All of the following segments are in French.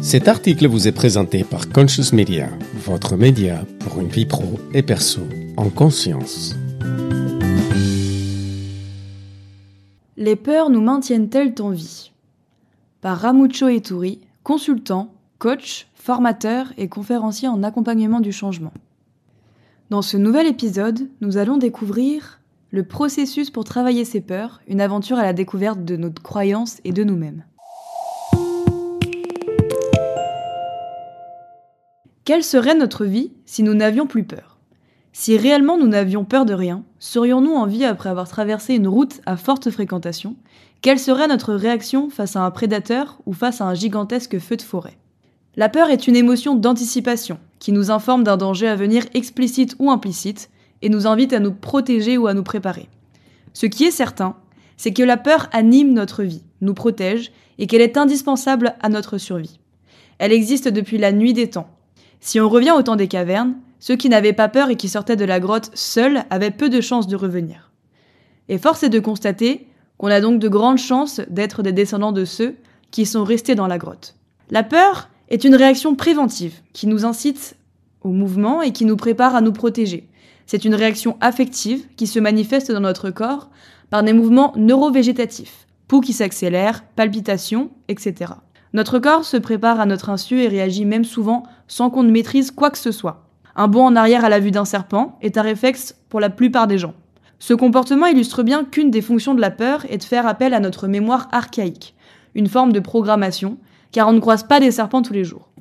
Cet article vous est présenté par Conscious Media, votre média pour une vie pro et perso en conscience. Les peurs nous maintiennent-elles en vie ? Par Ramucho Eturi, consultant, coach, formateur et conférencier en accompagnement du changement. Dans ce nouvel épisode, nous allons découvrir le processus pour travailler ses peurs, une aventure à la découverte de nos croyances et de nous-mêmes. Quelle serait notre vie si nous n'avions plus peur ? Si réellement nous n'avions peur de rien, serions-nous en vie après avoir traversé une route à forte fréquentation ? Quelle serait notre réaction face à un prédateur ou face à un gigantesque feu de forêt ? La peur est une émotion d'anticipation qui nous informe d'un danger à venir explicite ou implicite et nous invite à nous protéger ou à nous préparer. Ce qui est certain, c'est que la peur anime notre vie, nous protège et qu'elle est indispensable à notre survie. Elle existe depuis la nuit des temps. Si on revient au temps des cavernes, ceux qui n'avaient pas peur et qui sortaient de la grotte seuls avaient peu de chances de revenir. Et force est de constater qu'on a donc de grandes chances d'être des descendants de ceux qui sont restés dans la grotte. La peur est une réaction préventive qui nous incite au mouvement et qui nous prépare à nous protéger. C'est une réaction affective qui se manifeste dans notre corps par des mouvements neurovégétatifs, pouls qui s'accélèrent, palpitations, etc. Notre corps se prépare à notre insu et réagit même souvent sans qu'on ne maîtrise quoi que ce soit. Un bond en arrière à la vue d'un serpent est un réflexe pour la plupart des gens. Ce comportement illustre bien qu'une des fonctions de la peur est de faire appel à notre mémoire archaïque, une forme de programmation, car on ne croise pas des serpents tous les jours.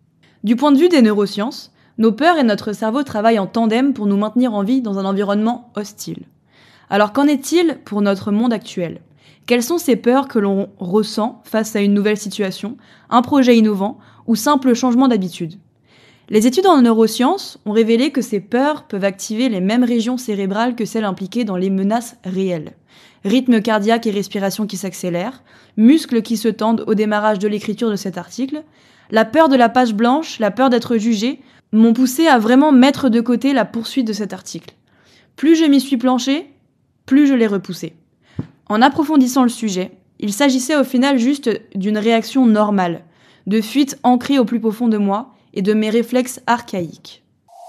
Du point de vue des neurosciences, nos peurs et notre cerveau travaillent en tandem pour nous maintenir en vie dans un environnement hostile. Alors qu'en est-il pour notre monde actuel ? Quelles sont ces peurs que l'on ressent face à une nouvelle situation, un projet innovant ou simple changement d'habitude ? Les études en neurosciences ont révélé que ces peurs peuvent activer les mêmes régions cérébrales que celles impliquées dans les menaces réelles. Rythme cardiaque et respiration qui s'accélèrent, muscles qui se tendent au démarrage de l'écriture de cet article. La peur de la page blanche, la peur d'être jugé, m'ont poussé à vraiment mettre de côté la poursuite de cet article. Plus je m'y suis penchée, plus je l'ai repoussé. En approfondissant le sujet, il s'agissait au final juste d'une réaction normale, de fuite ancrée au plus profond de moi et de mes réflexes archaïques.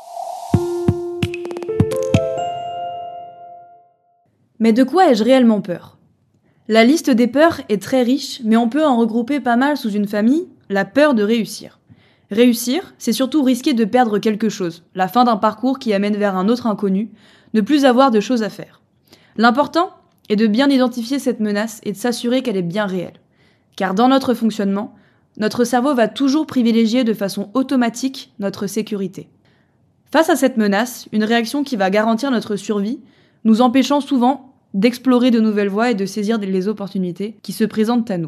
Mais de quoi ai-je réellement peur ? La liste des peurs est très riche, mais on peut en regrouper pas mal sous une famille, la peur de réussir. Réussir, c'est surtout risquer de perdre quelque chose, la fin d'un parcours qui amène vers un autre inconnu, ne plus avoir de choses à faire. L'important est de bien identifier cette menace et de s'assurer qu'elle est bien réelle. Car dans notre fonctionnement, notre cerveau va toujours privilégier de façon automatique notre sécurité. Face à cette menace, une réaction qui va garantir notre survie, nous empêchant souvent d'explorer de nouvelles voies et de saisir les opportunités qui se présentent à nous.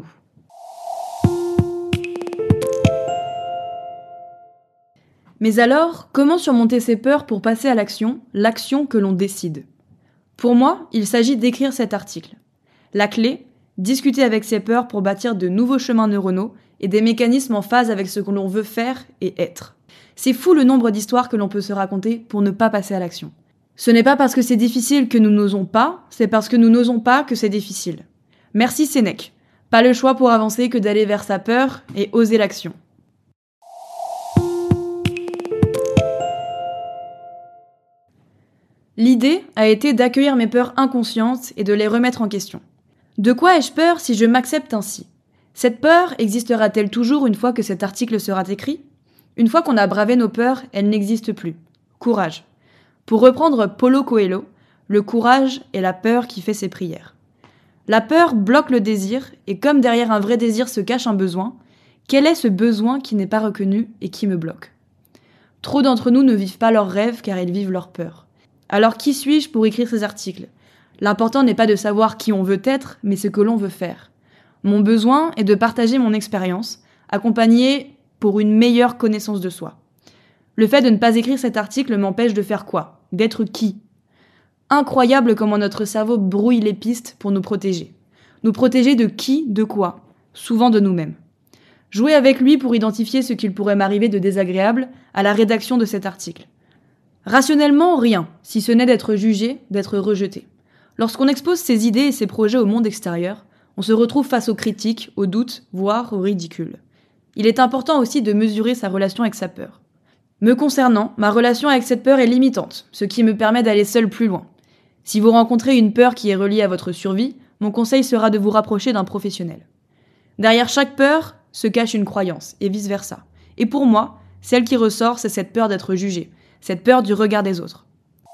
Mais alors, comment surmonter ces peurs pour passer à l'action que l'on décide ? Pour moi, il s'agit d'écrire cet article. La clé, discuter avec ses peurs pour bâtir de nouveaux chemins neuronaux et des mécanismes en phase avec ce que l'on veut faire et être. C'est fou le nombre d'histoires que l'on peut se raconter pour ne pas passer à l'action. Ce n'est pas parce que c'est difficile que nous n'osons pas, c'est parce que nous n'osons pas que c'est difficile. Merci Sénèque. Pas le choix pour avancer que d'aller vers sa peur et oser l'action. L'idée a été d'accueillir mes peurs inconscientes et de les remettre en question. De quoi ai-je peur si je m'accepte ainsi ? Cette peur existera-t-elle toujours une fois que cet article sera écrit ? Une fois qu'on a bravé nos peurs, elles n'existent plus. Courage. Pour reprendre Paulo Coelho, le courage est la peur qui fait ses prières. La peur bloque le désir, et comme derrière un vrai désir se cache un besoin, quel est ce besoin qui n'est pas reconnu et qui me bloque ? Trop d'entre nous ne vivent pas leurs rêves car ils vivent leurs peurs. Alors qui suis-je pour écrire ces articles ? L'important n'est pas de savoir qui on veut être, mais ce que l'on veut faire. Mon besoin est de partager mon expérience, accompagné pour une meilleure connaissance de soi. Le fait de ne pas écrire cet article m'empêche de faire quoi ? D'être qui ? Incroyable comment notre cerveau brouille les pistes pour nous protéger. Nous protéger de qui ? De quoi ? Souvent de nous-mêmes. Jouer avec lui pour identifier ce qu'il pourrait m'arriver de désagréable à la rédaction de cet article. Rationnellement, rien, si ce n'est d'être jugé, d'être rejeté. Lorsqu'on expose ses idées et ses projets au monde extérieur, on se retrouve face aux critiques, aux doutes, voire au ridicule. Il est important aussi de mesurer sa relation avec sa peur. Me concernant, ma relation avec cette peur est limitante, ce qui me permet d'aller seul plus loin. Si vous rencontrez une peur qui est reliée à votre survie, mon conseil sera de vous rapprocher d'un professionnel. Derrière chaque peur se cache une croyance, et vice-versa. Et pour moi, celle qui ressort, c'est cette peur d'être jugé, cette peur du regard des autres.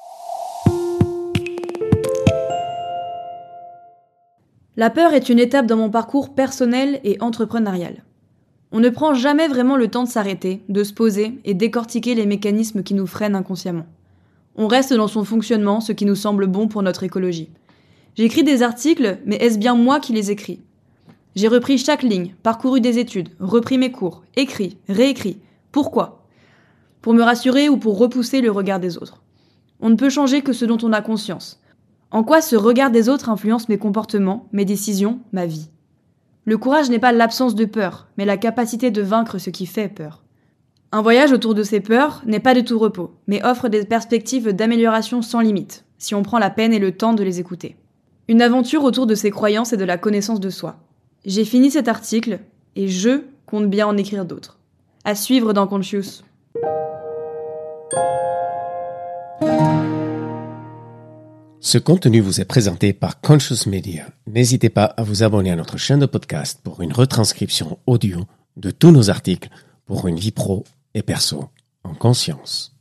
La peur est une étape dans mon parcours personnel et entrepreneurial. On ne prend jamais vraiment le temps de s'arrêter, de se poser et décortiquer les mécanismes qui nous freinent inconsciemment. On reste dans son fonctionnement, ce qui nous semble bon pour notre écologie. J'écris des articles, mais est-ce bien moi qui les écris ? J'ai repris chaque ligne, parcouru des études, repris mes cours, écrit, réécrit. Pourquoi ? Pour me rassurer ou pour repousser le regard des autres. On ne peut changer que ce dont on a conscience. En quoi ce regard des autres influence mes comportements, mes décisions, ma vie ? Le courage n'est pas l'absence de peur, mais la capacité de vaincre ce qui fait peur. Un voyage autour de ces peurs n'est pas de tout repos, mais offre des perspectives d'amélioration sans limite, si on prend la peine et le temps de les écouter. Une aventure autour de ces croyances et de la connaissance de soi. J'ai fini cet article, et je compte bien en écrire d'autres. À suivre dans Conscious. Ce contenu vous est présenté par Conscious Media. N'hésitez pas à vous abonner à notre chaîne de podcast pour une retranscription audio de tous nos articles pour une vie pro et perso en conscience.